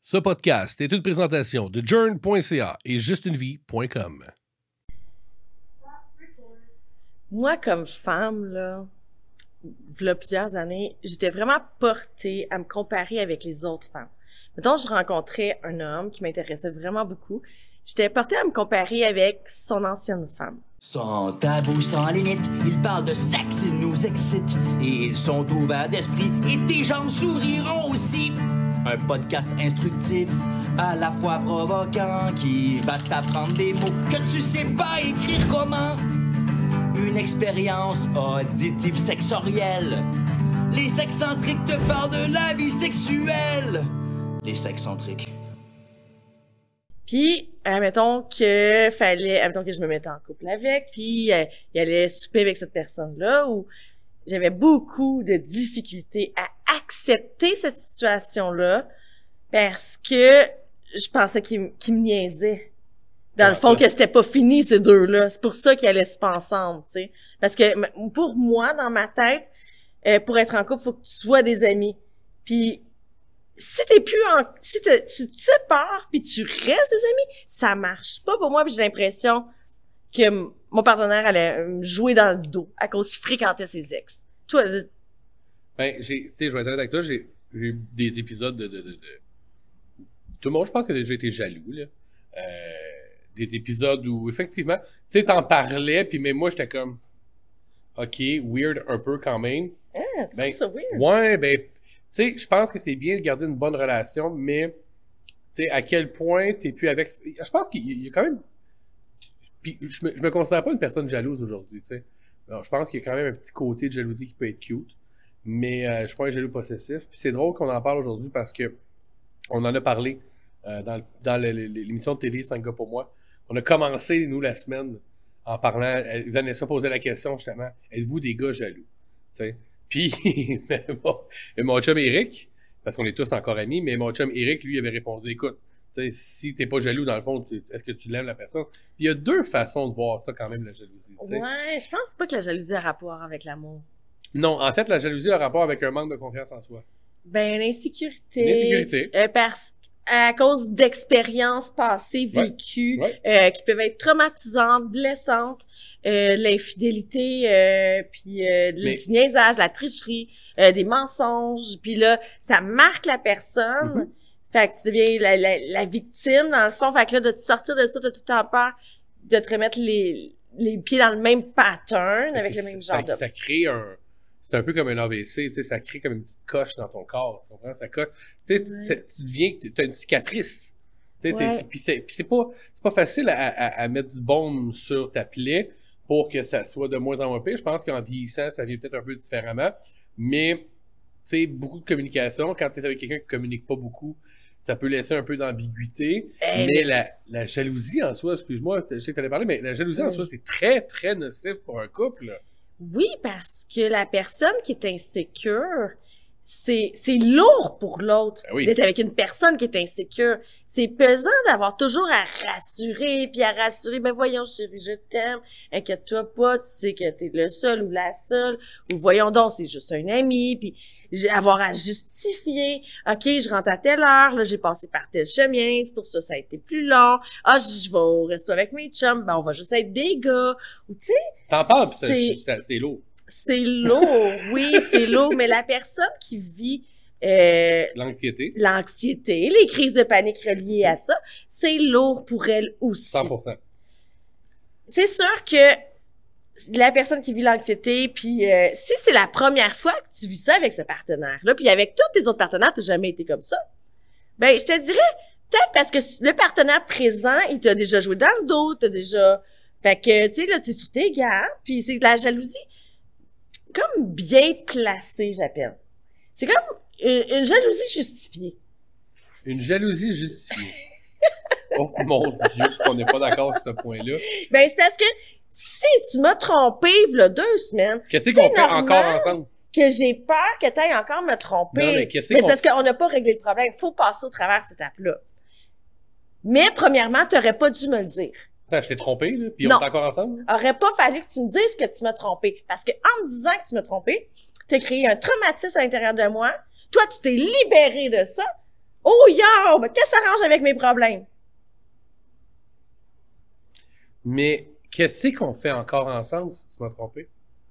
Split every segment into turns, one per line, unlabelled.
Ce podcast est une présentation de journ.ca et justunevie.com.
Moi, comme femme, là, il y a plusieurs années, j'étais vraiment portée à me comparer avec les autres femmes. Mettons, je rencontrais un homme qui m'intéressait vraiment beaucoup. J'étais portée à me comparer avec son ancienne femme.
Sans tabou, sans limite, ils parlent de sexe, ils nous excitent. Et ils sont ouverts d'esprit, et tes jambes s'ouvriront aussi. Un podcast instructif, à la fois provoquant, qui va t'apprendre des mots que tu sais pas écrire comment. Une expérience auditive sexorielle. Les sexcentriques te parlent de la vie sexuelle. Les sexcentriques.
Puis, admettons que je me mettais en couple avec, puis il allait souper avec cette personne-là, où j'avais beaucoup de difficultés à accepter cette situation-là, parce que je pensais qu'il me niaisait. Dans le fond, que c'était pas fini, ces deux-là. C'est pour ça qu'ils allaient se passer ensemble, tu sais. Parce que, pour moi, dans ma tête, pour être en couple, faut que tu sois des amis. Puis, si tu te sépares puis tu restes des amis, ça marche pas pour moi. Puis j'ai l'impression que mon partenaire allait me jouer dans le dos à cause qu'il fréquentait ses ex. Toi,
je vais être honnête avec toi, j'ai eu des épisodes de tout le monde, je pense que j'ai déjà été jaloux, là. Des épisodes où, effectivement, tu sais, t'en parlais, puis même moi, j'étais comme, OK, weird un peu quand même.
Ah, tu trouves ça weird?
Ouais, tu sais, je pense que c'est bien de garder une bonne relation, mais, tu sais, à quel point t'es plus avec... Je pense qu'il y a quand même... Puis je me considère pas une personne jalouse aujourd'hui, tu sais. Alors, je pense qu'il y a quand même un petit côté de jalousie qui peut être cute, mais je suis pas un jaloux possessif. Puis c'est drôle qu'on en parle aujourd'hui parce que on en a parlé dans l'émission de télé 5 gars pour moi. On a commencé, nous, la semaine, en parlant... Vanessa posait la question, justement, « Êtes-vous des gars jaloux? » Tu sais. Puis, mon chum Eric, parce qu'on est tous encore amis, mais mon chum Eric, lui, avait répondu, « Écoute, tu sais, si t'es pas jaloux, dans le fond, est-ce que tu l'aimes la personne? » Puis il y a deux façons de voir ça, quand même, la jalousie, tu sais.
Ouais, je pense pas que la jalousie a rapport avec l'amour.
Non, en fait, la jalousie a rapport avec un manque de confiance en soi.
Ben, l'insécurité.
L'insécurité.
À cause d'expériences passées, vécues, qui peuvent être traumatisantes, blessantes, l'infidélité, puis du niaisage, la tricherie, des mensonges, puis là, ça marque la personne. Mm-hmm. Fait que tu deviens la victime, dans le fond. Fait que là, de te sortir de ça, t'as tout le temps peur de te remettre les pieds dans le même pattern, avec le même genre de...
Ça crée c'est un peu comme un AVC, tu sais, ça crée comme une petite coche dans ton corps, tu comprends? Ça coche, tu sais, tu deviens, t'as une cicatrice. Tu sais, puis c'est pas facile à mettre du baume sur ta plaie pour que ça soit de moins en moins pire. Je pense qu'en vieillissant, ça vient peut-être un peu différemment, mais, tu sais, beaucoup de communication, quand t'es avec quelqu'un qui communique pas beaucoup, ça peut laisser un peu d'ambiguïté, mais la jalousie en soi, excuse-moi, je sais que t'allais parler, mais la jalousie en soi, c'est très, très nocif pour un couple, là.
Oui, parce que la personne qui est insécure, c'est lourd pour l'autre d'être avec une personne qui est insécure. C'est pesant d'avoir toujours à rassurer, puis à rassurer, ben voyons chérie, je t'aime, inquiète-toi pas, tu sais que t'es le seul ou la seule, ou voyons donc, c'est juste un ami, puis avoir à justifier, OK, je rentre à telle heure, là, j'ai passé par tel chemin, c'est pour ça ça a été plus long, je vais au resto avec mes chums, ben on va juste être des gars, ou tu sais...
T'en parles, pis c'est lourd.
C'est lourd, oui, c'est lourd, mais la personne qui vit...
l'anxiété,
les crises de panique reliées à ça, c'est lourd pour elle aussi.
100%.
C'est sûr que la personne qui vit l'anxiété, puis si c'est la première fois que tu vis ça avec ce partenaire-là, puis avec tous tes autres partenaires, t'as jamais été comme ça, ben je te dirais, peut-être parce que le partenaire présent, il t'a déjà joué dans le dos, fait que, tu sais, là, t'es sous tes gardes, puis c'est de la jalousie comme bien placée, j'appelle. C'est comme une jalousie justifiée.
Une jalousie justifiée. Oh mon Dieu, on n'est pas d'accord sur ce point-là.
Ben, c'est parce que si tu m'as trompé, là, 2 semaines.
Qu'est-ce qu'on fait encore ensemble?
Que j'ai peur que tu ailles encore me tromper.
Non, mais
c'est parce qu'on n'a pas réglé le problème. Il faut passer au travers de cette étape-là. Mais, premièrement, tu n'aurais pas dû me le dire.
Attends, je t'ai trompé, là, puis on est encore ensemble?
Aurait pas fallu que tu me dises que tu m'as trompé. Parce que en me disant que tu m'as trompé, tu as créé un traumatisme à l'intérieur de moi. Toi, tu t'es libéré de ça. Oh, yo! Ben, qu'est-ce que ça arrange avec mes problèmes?
Mais qu'est-ce qu'on fait encore ensemble, si tu m'as trompé?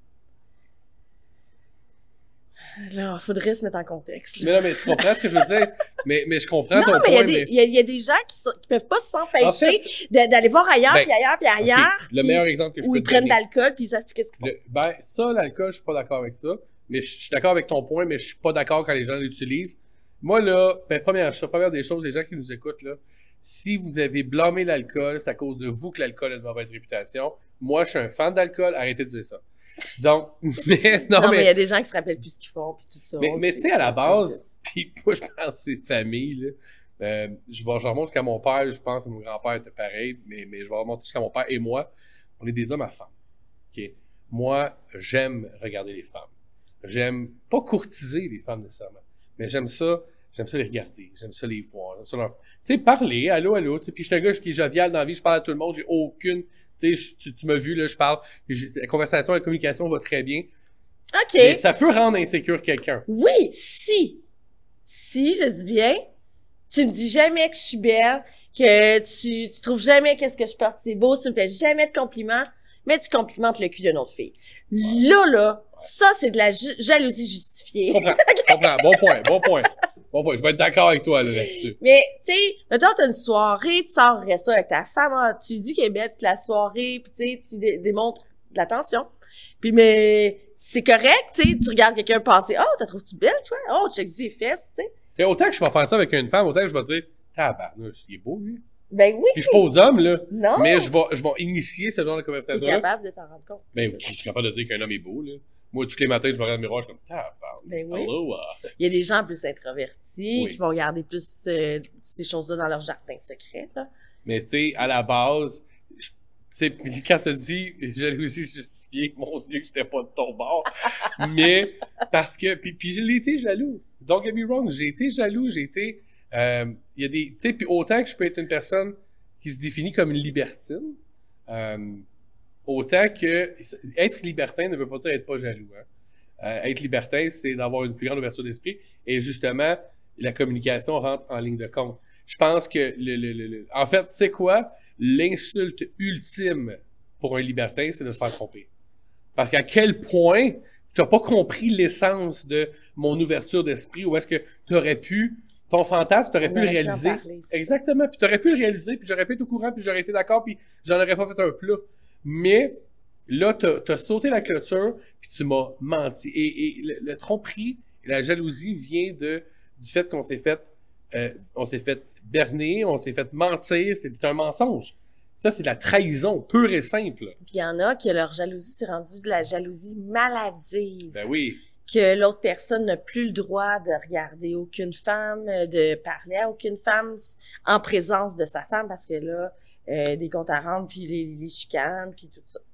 Là, faudrait se mettre en contexte.
Mais non, mais tu comprends ce que je veux dire? Mais je comprends
Non,
ton
mais
point,
il y a des gens qui peuvent pas s'empêcher
En fait,
d'aller voir ailleurs,
ben,
puis ailleurs, puis ailleurs.
OK, le meilleur exemple que je
Où
peux
ils
te
prennent de
donner.
l'alcool, puis ils savent plus qu'est-ce qu'ils font.
Ben, ça, l'alcool, je suis pas d'accord avec ça. Mais je suis d'accord avec ton point, mais je suis pas d'accord quand les gens l'utilisent. Moi, là, ben, première des choses, les gens qui nous écoutent, là, si vous avez blâmé l'alcool, c'est à cause de vous que l'alcool a une mauvaise réputation. Moi, je suis un fan d'alcool, arrêtez de dire ça. Donc, mais
Non, mais il y a des gens qui se rappellent plus ce qu'ils font, puis tout ça.
mais tu sais, à la base, puis moi, je pense que c'est famille, là. Je remonte jusqu'à mon père, je pense que mon grand-père était pareil, mais je vais remonter jusqu'à mon père et moi, on est des hommes à femmes. OK? Moi, j'aime regarder les femmes. J'aime pas courtiser les femmes nécessairement, mais j'aime ça les regarder, j'aime ça les voir, j'aime ça leur... Tu sais, parler, allô, tu sais, puis je suis un gars qui est jovial dans la vie, je parle à tout le monde, j'ai aucune... Tu sais, tu m'as vu, là, je parle, la conversation, la communication va très bien.
OK.
Mais ça peut rendre insécure quelqu'un.
Oui, si, je dis bien, tu me dis jamais que je suis belle, que tu trouves jamais qu'est-ce que je porte c'est beau, tu me fais jamais de compliments, mais tu complimentes le cul d'une autre fille. Là, ça, c'est de la jalousie justifiée.
Comprends. Bon point. Je vais être d'accord avec toi, là-dessus.
Mais, tu sais, mettons, t'as une soirée, tu sors au resto avec ta femme, tu dis qu'elle est belle toute la soirée, puis tu sais, tu démontres de l'attention. Puis, mais, c'est correct, tu sais, tu regardes quelqu'un passer, « Oh, t'as trouves-tu belle, toi? Oh, check ses fesses, tu sais. »
Et autant que je vais faire ça avec une femme, autant que je vais dire, tabarnouche, il est beau, lui.
Ben oui.
Puis je suis pas aux hommes, là.
Non.
Mais je vais initier ce genre de
T'es
conversation-là.
capable de t'en rendre compte.
Ben, je suis capable de dire qu'un homme est beau, là. Moi, tous les matins, je me regarde dans le miroir, je suis comme, tabarnouche.
Ben oui.
Hello,
Il y a des gens plus introvertis
Oui.
qui vont regarder plus ces choses-là dans leur jardin secret, là.
Mais tu sais, à la base, tu sais, quand t'as dit jalousie justifiée, mon Dieu, que j'étais pas de ton bord. Mais, parce que, puis je l'ai été jaloux. Don't get me wrong, j'ai été jaloux, il y a des, tu sais, puis autant que je peux être une personne qui se définit comme une libertine, autant que être libertin ne veut pas dire être pas jaloux. Hein. Être libertin, c'est d'avoir une plus grande ouverture d'esprit. Et justement, la communication rentre en ligne de compte. Je pense que en fait, tu sais quoi? L'insulte ultime pour un libertin, c'est de se faire tromper. Parce qu'à quel point tu n'as pas compris l'essence de mon ouverture d'esprit, ou est-ce que tu aurais pu, ton fantasme, tu aurais pu le réaliser. Exactement, puis tu aurais pu le réaliser, puis j'aurais pu être au courant, puis j'aurais été d'accord, puis j'en aurais pas fait un plat. Mais là, t'as sauté la clôture, puis tu m'as menti. Et le tromperie, et la jalousie vient du fait qu'on s'est fait berner, on s'est fait mentir, c'est un mensonge. Ça, c'est de la trahison pure et simple.
Puis il y en a que leur jalousie s'est rendue de la jalousie maladive.
Ben oui.
Que l'autre personne n'a plus le droit de regarder aucune femme, de parler à aucune femme en présence de sa femme, parce que là, des comptes à rendre, puis les chicanes, puis tout ça.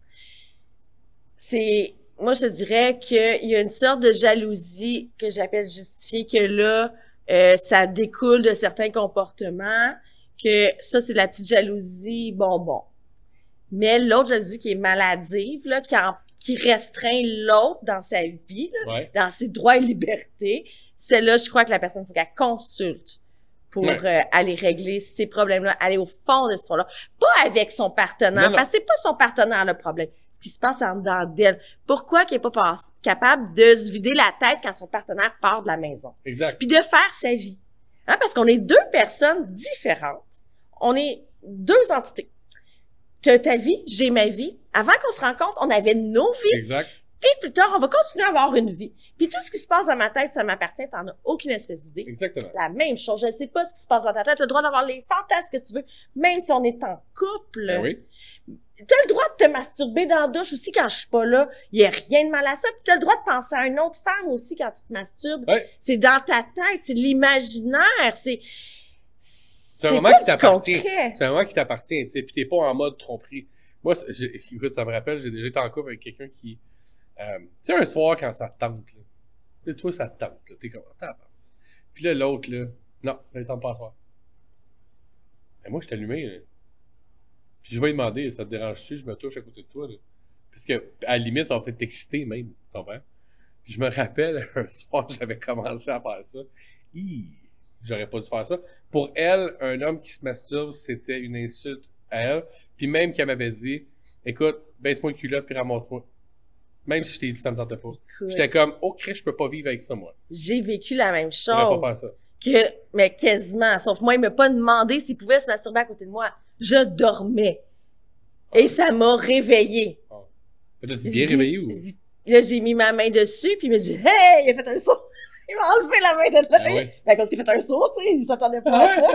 Moi, je te dirais qu'il y a une sorte de jalousie que j'appelle justifiée, que là, ça découle de certains comportements, que ça, c'est de la petite jalousie bonbon. Mais l'autre jalousie qui est maladive, là, qui restreint l'autre dans sa vie, là,
Ouais.
dans ses droits et libertés, celle-là, je crois que la personne, il faut qu'elle consulte pour aller régler ces problèmes-là, aller au fond de ce histoire-là. Pas avec son partenaire,
Non.
parce que c'est pas son partenaire le problème. Ce qui se passe en dedans d'elle. Pourquoi qu'elle est pas capable de se vider la tête quand son partenaire part de la maison?
Exact.
Puis de faire sa vie. Hein? Parce qu'on est deux personnes différentes. On est deux entités. T'as ta vie, j'ai ma vie. Avant qu'on se rencontre, on avait nos vies.
Exact.
Puis plus tard, on va continuer à avoir une vie. Puis tout ce qui se passe dans ma tête, ça m'appartient, t'en as aucune espèce d'idée.
Exactement.
La même chose, je sais pas ce qui se passe dans ta tête, t'as le droit d'avoir les fantasmes que tu veux, même si on est en couple.
Ben oui.
T'as le droit de te masturber dans la douche aussi quand je suis pas là. Il y a rien de mal à ça. Puis t'as le droit de penser à une autre femme aussi quand tu te masturbes.
Ouais.
C'est dans ta tête, c'est de l'imaginaire, c'est
un moment
pas
qui
du
t'appartient.
concret.
C'est un moment qui t'appartient, tu sais, puis t'es pas en mode tromperie. Moi, écoute, ça me rappelle, j'ai déjà été en couple avec quelqu'un qui... tu sais, un soir, quand ça te tente, là. Tu sais, toi, ça te tente, là. T'es comme, attends. Puis là, l'autre, là, non, ça ne tente pas à soir. Mais moi, je suis allumé, là. Puis je vais lui demander, ça te dérange-tu, je me touche à côté de toi, là. Parce que, à la limite, ça va peut-être t'exciter même, tu comprends? Puis je me rappelle, un soir, j'avais commencé à faire ça. j'aurais pas dû faire ça. Pour elle, un homme qui se masturbe, c'était une insulte à elle. Puis même qu'elle m'avait dit, écoute, baisse-moi le culotte puis ramasse-moi. Même si je t'ai dit, ça me tentait pas.
Écoute,
J'étais comme, oh, Christ, je peux pas vivre avec ça, moi.
j'ai vécu la même
Je pourrais pas faire
chose.
ça.
Mais quasiment. Sauf moi, il m'a pas demandé s'il pouvait se masturber à côté de moi. Je dormais. Et ça m'a réveillée.
T'as-tu bien réveillé ou?
Là, j'ai mis ma main dessus, puis il m'a dit « Hey! » Il a fait un saut. Il m'a enlevé la main de l'œil.
Ah ouais?
Ben, parce qu'il a fait un saut, tu sais, il s'attendait pas à ça.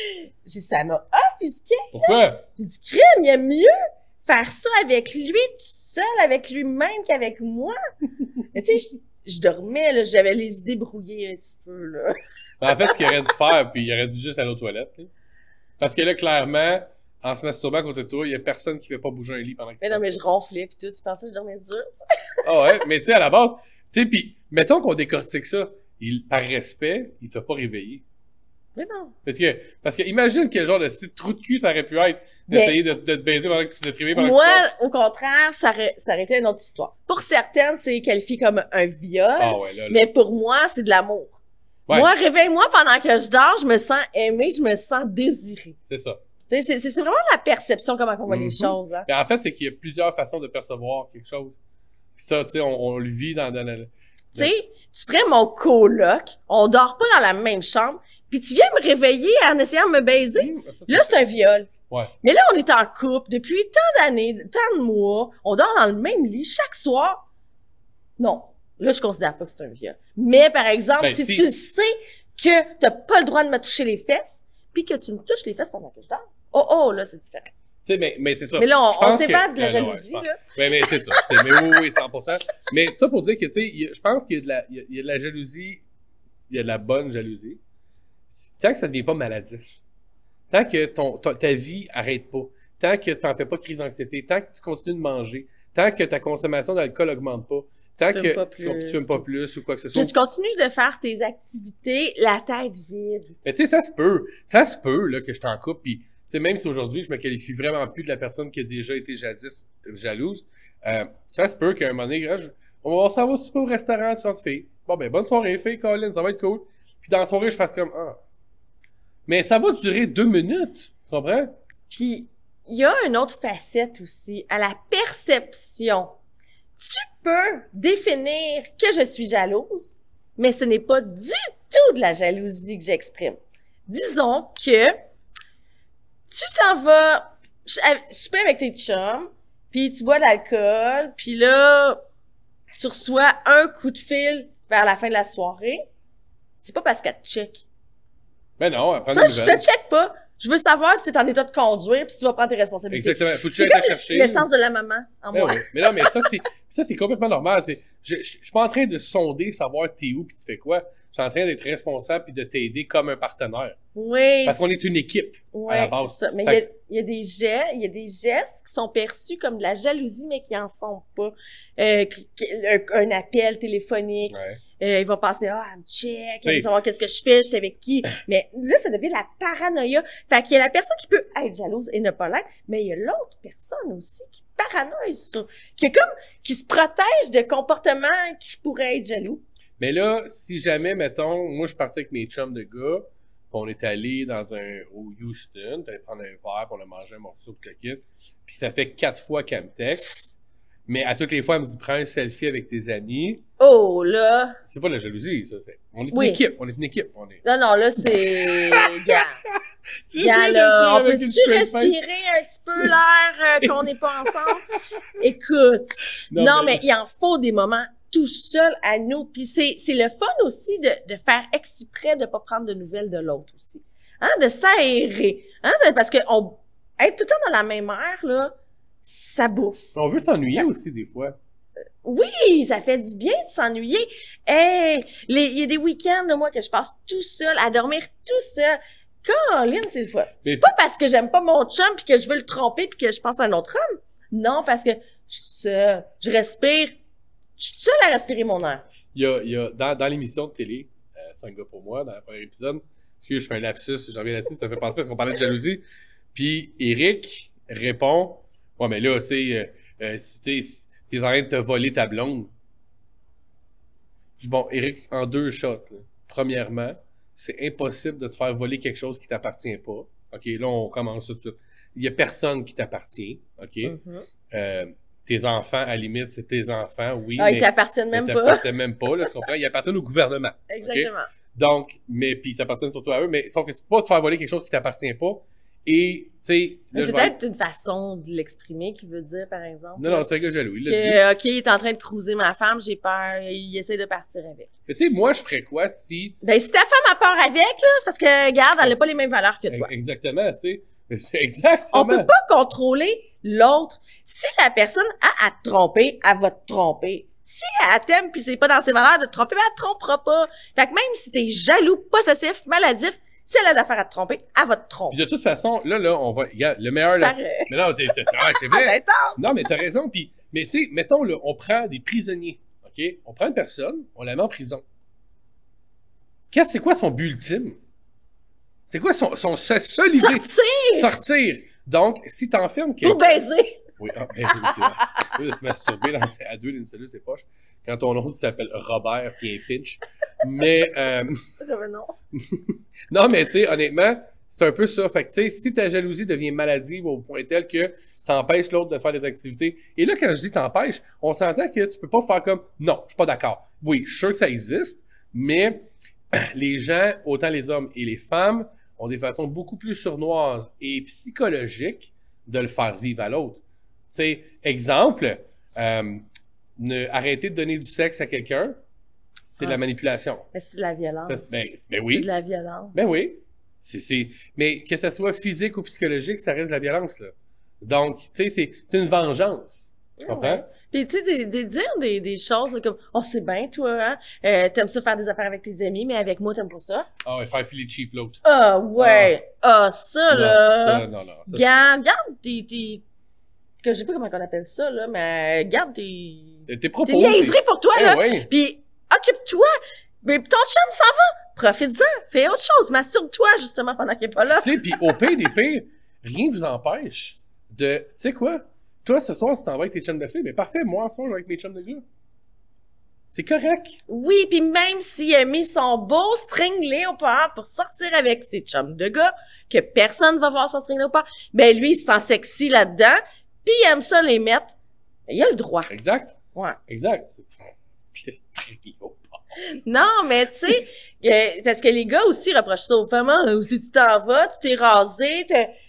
Ça m'a offusqué.
Pourquoi?
J'ai dit « Crime, il y a mieux faire ça avec lui, tout seul, avec lui-même qu'avec moi. » Mais tu sais, je dormais, là, j'avais les idées brouillées un petit peu, là.
En fait, ce qu'il aurait dû faire, puis il aurait dû juste aller aux toilettes. Là. Parce que là, clairement, en se masturbant à côté de toi, il y a personne qui fait pas bouger un lit pendant que tu
Mais non, mais je ronflais pis tout. Tu pensais que je dormais dur, tu sais?
Ah ouais, mais tu sais, à la base, tu sais, pis mettons qu'on décortique ça. Par respect, il t'a pas réveillé.
Mais non.
Parce que imagine quel genre de petit trou de cul ça aurait pu être d'essayer de te baiser pendant que tu t'es réveillé pendant que tu
Moi,
dors.
au contraire, ça aurait été une autre histoire. Pour certaines, c'est qualifié comme un viol.
Ah ouais, là.
Mais pour moi, c'est de l'amour.
Ouais.
Moi, réveille-moi pendant que je dors, je me sens aimée, je me sens désirée.
C'est ça.
Tu sais, c'est vraiment la perception, comment on voit les choses, hein.
Mais en fait, c'est qu'il y a plusieurs façons de percevoir quelque chose. Pis ça, tu sais, on le vit dans la...
Tu sais, tu serais mon coloc, on dort pas dans la même chambre, puis tu viens me réveiller en essayant de me baiser.
Ça,
Là, c'est un viol.
Ouais.
Mais là, on est en couple depuis tant d'années, tant de mois, on dort dans le même lit chaque soir. Non. Là, je considère pas que c'est un viol. Mais, par exemple,
Ben,
si
si-
tu sais que t'as pas le droit de me toucher les fesses, puis que tu me touches les fesses pendant que je dors, oh, là, c'est différent.
Tu sais, mais c'est ça.
Mais là,
Je
on
pense
s'évade
que-
de la
Ah, non, ouais,
jalousie,
je pense-
là.
Mais c'est ça. Tu sais, mais oui, 100%. Mais ça pour dire que, tu sais, je pense qu'il y a de la jalousie, il y a de la bonne jalousie. Tant que ça ne devient pas maladif. Tant que ta vie arrête pas. Tant que tu n'en fais pas de crise d'anxiété. Tant que tu continues de manger. Tant que ta consommation d'alcool augmente pas. Tant
fumes
que
pas
tu
plus.
fumes pas plus ou quoi que ce
Que
soit.
tu continues de faire tes activités, la tête vide.
Mais tu sais, ça se peut. Ça se peut, là, que je t'en coupe. Puis, tu sais, même si aujourd'hui, je me qualifie vraiment plus de la personne qui a déjà été jadis jalouse, ça se peut qu'à un moment donné, on s'en va super au restaurant, tout entre filles. Bon, ben, bonne soirée, fille, Colin, ça va être cool. Puis dans la soirée, je fasse comme, ah. Mais ça va durer 2 minutes. Tu comprends?
Puis, il y a une autre facette aussi, à la perception. Tu peux définir que je suis jalouse, mais ce n'est pas du tout de la jalousie que j'exprime. Disons que tu t'en vas souper avec tes chums, puis tu bois de l'alcool, puis là, tu reçois un coup de fil vers la fin de la soirée. C'est pas parce qu'elle te check.
Ben non, elle prend
Toi,
des
je
nouvelles.
te check pas. Je veux savoir si t'es en état de conduire, puis si tu vas prendre tes responsabilités.
Exactement. Faut que tu
C'est
ailles te
comme
chercher.
l'essence de la maman en
Ben
moi.
oui. Mais non, mais ça, c'est complètement normal. Je suis pas en train de sonder, savoir t'es où puis tu fais quoi. Je suis en train d'être responsable puis de t'aider comme un partenaire.
Oui.
Parce qu'on est une équipe.
Ouais,
à la base.
c'est ça. Mais
Fait
il y a des gestes qui sont perçus comme de la jalousie, mais qui en sont pas. Un appel téléphonique.
Ouais.
Il va passer, elle me check, elle
Oui.
veut savoir qu'est-ce que je fais, je suis avec qui. Mais là, ça devient la paranoïa. Fait qu'il y a la personne qui peut être jalouse et ne pas l'être, mais il y a l'autre personne aussi qui paranoïe ça. Qui se protège de comportements qui pourraient être jaloux.
Mais là, si jamais, mettons, moi, je suis parti avec mes chums de gars, puis on est allé au Houston, t'allais prendre un verre, puis on a mangé un morceau de coquette, puis ça fait 4 fois qu'elle me texte, mais à toutes les fois, elle me dit, prends un selfie avec tes amis.
Oh, là.
C'est pas de la jalousie, ça. On est
Oui.
une équipe. On est une équipe.
Non, là, c'est... Gars.
J'essaie
Gars,
de le dire
là, on
avec une
peut-tu
straight
respirer un petit peu l'air qu'on n'est pas ensemble? Écoute. Non, mais il en faut des moments tout seul à nous. Puis c'est le fun aussi de faire exprès de pas prendre de nouvelles de l'autre aussi. Hein, de s'aérer. Hein, parce que être tout le temps dans la même air, là, ça bouffe.
On veut s'ennuyer aussi, des fois.
Oui, ça fait du bien de s'ennuyer. Hey, il y a des week-ends, là, moi, que je passe tout seul, à dormir tout seul. Colin, c'est le fun.
Mais
Pas parce que j'aime pas mon chum puis que je veux le tromper puis que je pense à un autre homme. Non, parce que je suis seule. Je respire. Je suis seule à respirer mon air.
il y a dans l'émission de télé, c'est un gars pour moi, dans le premier épisode, parce que je fais un lapsus, je reviens là-dessus, ça fait penser parce qu'on parlait de jalousie. Puis Eric répond, ouais, mais là, tu sais, si t'es en train de te voler ta blonde. Je dis, bon, Eric, en 2 shots, là. Premièrement, c'est impossible de te faire voler quelque chose qui t'appartient pas. OK, là, on commence tout de suite. Il y a personne qui t'appartient. OK? Tes enfants, à la limite, c'est tes enfants, oui.
Ah, ils t'appartiennent même pas.
Ils t'appartiennent même pas, là, tu comprends? Ils appartiennent au gouvernement.
Exactement.
Okay? Donc, puis ça appartient surtout à eux, mais sauf que tu peux pas te faire voler quelque chose qui t'appartient pas. Et, tu sais...
C'est peut-être une façon de l'exprimer qu'il veut dire, par exemple.
Non, c'est un gars jaloux, il l'a dit.
OK, il est en train de cruiser ma femme, j'ai peur, il essaie de partir avec.
Mais tu sais, moi, je ferais quoi si...
Ben, si ta femme a peur avec, là, c'est parce que, regarde, elle a pas les mêmes valeurs que toi.
Exactement, tu sais. Exactement.
On peut pas contrôler l'autre. Si la personne a à te tromper, elle va te tromper. Si elle t'aime pis c'est pas dans ses valeurs de te tromper, ben elle te trompera pas. Fait que même si t'es jaloux, possessif, maladif, si elle a d'affaires à te tromper, elle va te tromper.
Puis de toute façon, là, on va... Regarde, le meilleur... Mais non, c'est vrai. Non, mais t'as raison. Puis, mais tu sais, mettons, là, on prend des prisonniers, OK? On prend une personne, on la met en prison. C'est quoi son but ultime? C'est quoi son seule idée? Sortir! Donc, si t'enfermes quelqu'un...
Pour baiser!
Oui, c'est vrai. Oui, de se masturber à deux d'une cellule, c'est poche. Quand ton autre s'appelle Robert puis un pinch. Mais...
Non.
Non, mais tu sais, honnêtement, c'est un peu ça. Fait que tu sais, si ta jalousie devient maladive au point tel que t'empêches l'autre de faire des activités... Et là, quand je dis t'empêches, on s'entend que tu peux pas faire comme... Non, je suis pas d'accord. Oui, je suis sûr que ça existe, mais les gens, autant les hommes et les femmes, ont des façons beaucoup plus sournoises et psychologiques de le faire vivre à l'autre. Tu sais, exemple, arrêter de donner du sexe à quelqu'un, c'est de la manipulation.
Mais c'est de la violence.
Ben oui.
C'est de la violence.
Ben oui. Mais que ça soit physique ou psychologique, ça reste de la violence, là. Donc, tu sais, c'est une vengeance. Tu comprends?
Ouais. Puis tu sais, dire des choses là, comme « Oh, c'est bien, toi, hein? T'aimes ça faire des affaires avec tes amis, mais avec moi, t'aimes pas ça? »
Ah ouais, faire filer cheap l'autre.
Ah ouais! Ça, là!
Non.
Garde tes... Que je sais pas comment on appelle ça, là, mais garde
tes propos.
Tes niaiseries pour toi, là!
Ouais.
Puis occupe-toi! Mais ton chum s'en va! Profite-en! Fais autre chose! Masturbe-toi, justement, pendant qu'il est pas là!
Tu sais, puis au pire des pires, rien vous empêche de... Tu sais quoi? Toi, ce soir, tu t'en vas avec tes chums de filles, mais parfait, moi, ce soir, je vais avec mes chums de gars. C'est correct.
Oui, puis même s'il a mis son beau string léopard pour sortir avec ses chums de gars, que personne va voir son string léopard, ben lui, il se sent sexy là-dedans, puis il aime ça les mettre, il a le droit.
Exact.
Ouais.
Exact. C'est string léopard.
Non, mais tu sais, parce que les gars aussi reprochent ça aux femmes, aussi tu t'en vas, tu t'es rasé,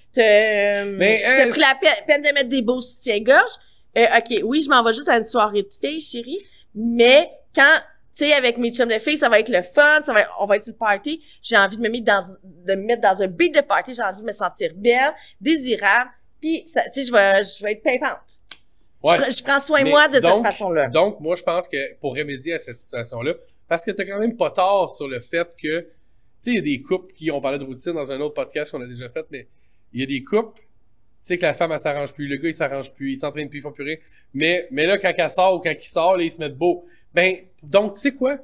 t'as pris la peine de mettre des beaux soutiens-gorge. OK, oui, je m'en vais juste à une soirée de filles, chérie, mais quand, tu sais, avec mes chums de filles, ça va être le fun, on va être sur le party, j'ai envie de me mettre dans un beat de party, j'ai envie de me sentir belle, désirable, puis, tu sais, je vais être pimpante. Ouais. Je prends soin de moi de cette façon-là.
Donc, moi, je pense que pour remédier à cette situation-là, parce que t'as quand même pas tort sur le fait que, tu sais, il y a des couples qui ont parlé de routine dans un autre podcast qu'on a déjà fait, mais il y a des couples, tu sais que la femme, elle s'arrange plus, le gars, il s'arrange plus, il s'entraîne plus, ils font plus rien. Mais là, quand elle sort ou quand il sort, là, ils se mettent beau. Ben, donc, tu sais quoi?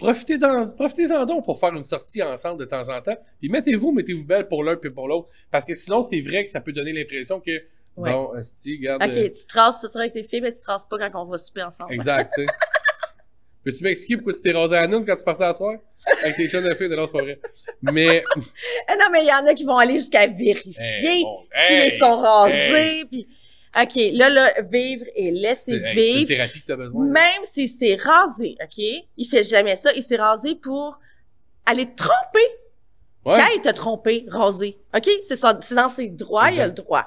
Profitez-en donc pour faire une sortie ensemble de temps en temps. Puis mettez-vous belle pour l'un puis pour l'autre. Parce que sinon, c'est vrai que ça peut donner l'impression que,
ouais.
Bon, regarde.
OK, tu traces tout ça avec tes filles, mais tu traces pas quand on va souper ensemble.
Exact, tu sais. Peux-tu m'expliquer pourquoi tu t'es rasé à nous quand tu partais à soir? Avec tes chums de filles, de l'autre, c'est pas vrai. Mais...
non, mais il y en a qui vont aller jusqu'à vérifier s'ils sont rasés, puis... OK, là, vivre et laisser vivre.
C'est une thérapie que t'as besoin.
Même s'il s'est rasé, OK? Il fait jamais ça. Il s'est rasé pour aller te tromper.
Ouais.
Quand il t'a trompé, rasé. OK? C'est dans ses droits, il a le droit.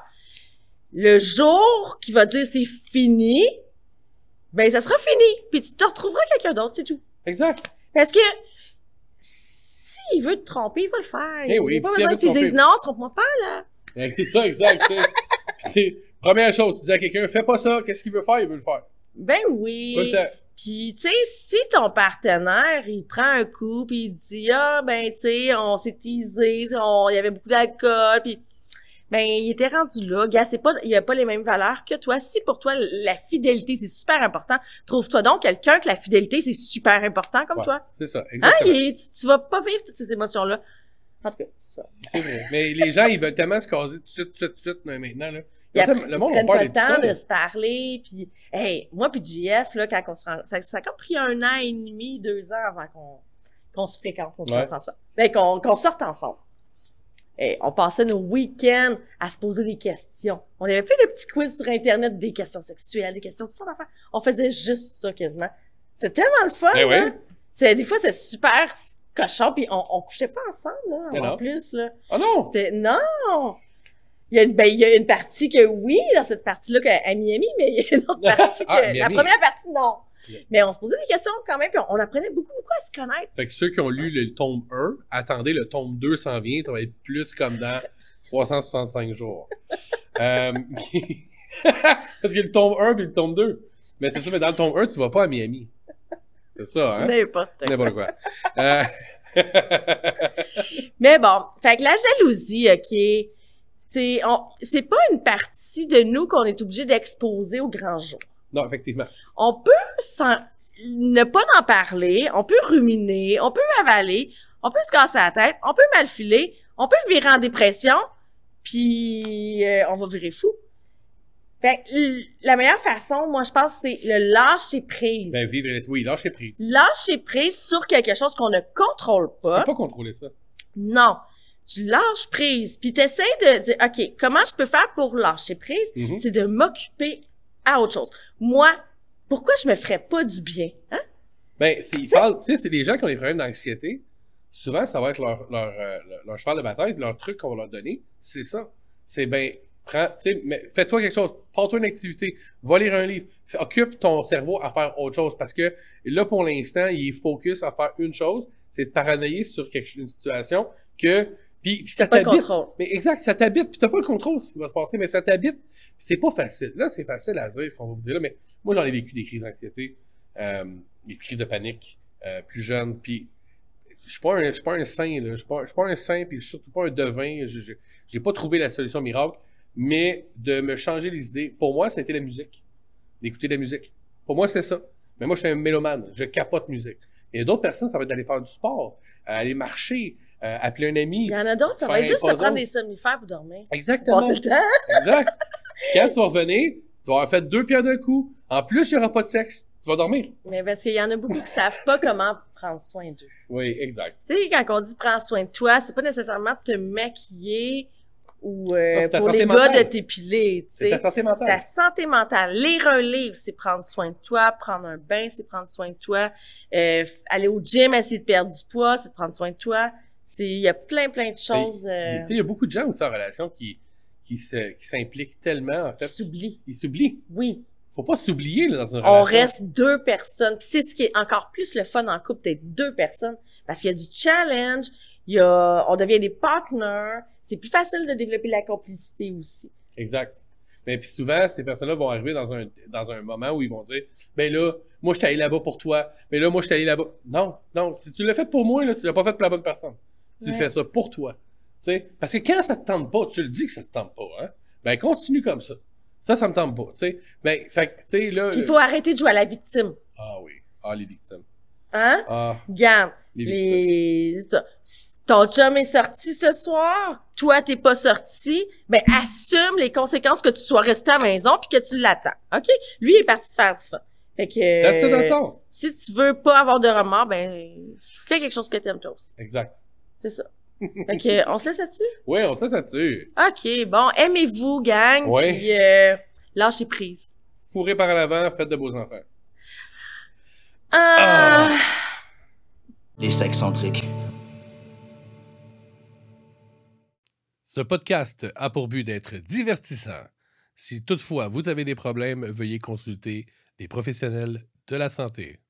Le jour qu'il va dire c'est fini, ben ça sera fini. Puis tu te retrouveras quelqu'un d'autre, c'est tout.
Exact.
Parce que s'il veut te tromper, il va le faire.
Eh oui,
il n'y a pas besoin que tu dises non, trompe-moi pas, là.
C'est ça, exact. C'est première chose, tu dis à quelqu'un, fais pas ça, qu'est-ce qu'il veut faire, il veut le faire.
Ben oui. Puis, tu sais, si ton partenaire, il prend un coup, puis il dit, ben, tu sais, on s'est teasé, il y avait beaucoup d'alcool, puis ben, il était rendu là. Gars, il a pas les mêmes valeurs que toi. Si pour toi, la fidélité, c'est super important, trouve-toi donc quelqu'un que la fidélité, c'est super important comme toi.
C'est ça, exactement.
Hein? Tu vas pas vivre toutes ces émotions-là. En tout cas, c'est ça.
C'est vrai. Mais les gens, ils veulent tellement se caser tout de suite, maintenant, là.
Le monde, on parle de ça. De se parler, puis moi puis JF, là, quand on se rend, ça a comme pris 1 an et demi, 2 ans avant qu'on se fréquente, mon
Ouais.
cher François. Ben, qu'on sorte ensemble. Et on passait nos week-ends à se poser des questions. On avait plein de petits quiz sur Internet, des questions sexuelles, des questions, tout ça d'affaires. On faisait juste ça quasiment. C'est tellement le fun,
Eh oui.
là. Des fois, c'est super cochon, puis on couchait pas ensemble, là,
Mais
en
non.
plus, là.
Oh non!
C'était, non! Il y a une partie que oui, dans cette partie-là, à Miami, mais il y a une autre partie que, la
Miami.
première partie, non.
Yeah.
Mais on se posait des questions quand même, puis on apprenait beaucoup à se connaître.
Fait que ceux qui ont lu le tome 1, attendez, le tome 2 s'en vient, ça va être plus comme dans 365 jours. Parce qu'il y a le tome 1 puis le tome 2. Mais c'est ça, mais dans le tome 1, tu vas pas à Miami. C'est ça, hein?
N'importe quoi.
N'importe quoi.
Mais bon, fait que la jalousie, OK, c'est pas une partie de nous qu'on est obligé d'exposer au grand jour.
Non, effectivement.
On peut ne pas en parler, on peut ruminer, on peut avaler, on peut se casser la tête, on peut mal filer, on peut virer en dépression, puis on va virer fou. Fait que la meilleure façon, moi, je pense, c'est le lâcher prise.
Ben, vivre, oui, lâcher prise.
Lâcher prise sur quelque chose qu'on ne contrôle
Tu
pas.
peux pas contrôler ça.
Non. Tu lâches prise, puis t'essaies de dire, OK, comment je peux faire pour lâcher prise?
Mhm.
C'est de m'occuper à autre chose. Moi, pourquoi je me ferais pas du bien? Hein?
Ben, ils parlent, tu sais, c'est les gens qui ont des problèmes d'anxiété. Souvent, ça va être leur cheval de bataille, leur truc qu'on va leur donner. C'est ça. C'est ben, prends, tu sais, fais-toi quelque chose. Prends-toi une activité. Va lire un livre. Occupe ton cerveau à faire autre chose. Parce que là, pour l'instant, il est focus à faire une chose. C'est de paranoïer sur une situation que, puis ça
pas le
t'habite.
contrôle.
Mais exact, ça t'habite. Puis t'as pas le contrôle de ce qui va se passer, mais ça t'habite. Puis c'est pas facile. Là, c'est facile à dire ce qu'on va vous dire là, mais moi, j'en ai vécu des crises d'anxiété, des crises de panique, plus jeune. Puis je suis pas un saint, là. Je suis pas un saint, puis je suis surtout pas un devin. J'ai pas trouvé la solution miracle, mais de me changer les idées. Pour moi, ça a été la musique. D'écouter de la musique. Pour moi, c'est ça. Mais moi, je suis un mélomane. Je capote musique. Et d'autres personnes, ça va être d'aller faire du sport, aller marcher, appeler un ami.
Il y en a d'autres, ça va
faire
être juste
un
se
puzzle.
prendre des somnifères pour dormir.
Exactement.
Passer le temps.
Exact. Puis quand tu vas revenir, tu vas avoir fait 2 pierres d'un coup. En plus, il n'y aura pas de sexe. Tu vas dormir.
Mais parce qu'il y en a beaucoup qui savent pas comment prendre soin d'eux.
Oui, exact.
Tu sais, quand on dit prends soin de toi, c'est pas nécessairement te maquiller ou
c'est ta
pour
santé
les
mentale.
gars de t'épiler, tu
C'est
sais.
ta santé
C'est ta
mentale.
santé mentale. Lire un livre, c'est prendre soin de toi. Prendre un bain, c'est prendre soin de toi. Aller au gym, essayer de perdre du poids, c'est de prendre soin de toi. Il y a plein de choses
Tu sais, il y a beaucoup de gens aussi en relation qui s'impliquent tellement, en
qui
fait.
s'oublient.
Ils s'oublient.
Oui.
Faut pas s'oublier là, dans une
On
relation.
reste 2 personnes. Puis c'est ce qui est encore plus le fun en couple d'être 2 personnes. Parce qu'il y a du challenge, on devient des partners. C'est plus facile de développer la complicité aussi.
Exact. Mais puis souvent, ces personnes-là vont arriver dans un moment où ils vont dire, ben là, moi je suis allé là-bas pour toi. Mais là, moi je suis allé là-bas. Non, si tu l'as fait pour moi, là, tu l'as pas fait pour la bonne personne. Tu
Ouais.
fais ça pour toi. Tu sais, parce que quand ça te tente pas, tu le dis que ça te tente pas, hein. Ben continue comme ça. Ça me tente pas, tu sais. Ben, fait que, tu sais, là.
Puis il faut arrêter de jouer à la victime.
Ah oui. Ah, les victimes.
Hein?
Ah,
Garde.
les victimes.
Ça. Si ton chum est sorti ce soir, toi t'es pas sorti, ben assume les conséquences que tu sois resté à la maison puis que tu l'attends. OK? Lui il est parti se faire du fun. Fait que
That's it, that's all.
si tu veux pas avoir de remords, ben fais quelque chose que t'aimes toi aussi.
Exact.
C'est ça. Fait que on se laisse là-dessus?
Oui, on sait ça dessus.
OK, bon, aimez-vous, gang,
Ouais.
puis lâchez prise.
Fourré par en avant, faites de beaux enfants.
Ah.
Les sexcentriques.
Ce podcast a pour but d'être divertissant. Si toutefois vous avez des problèmes, veuillez consulter des professionnels de la santé.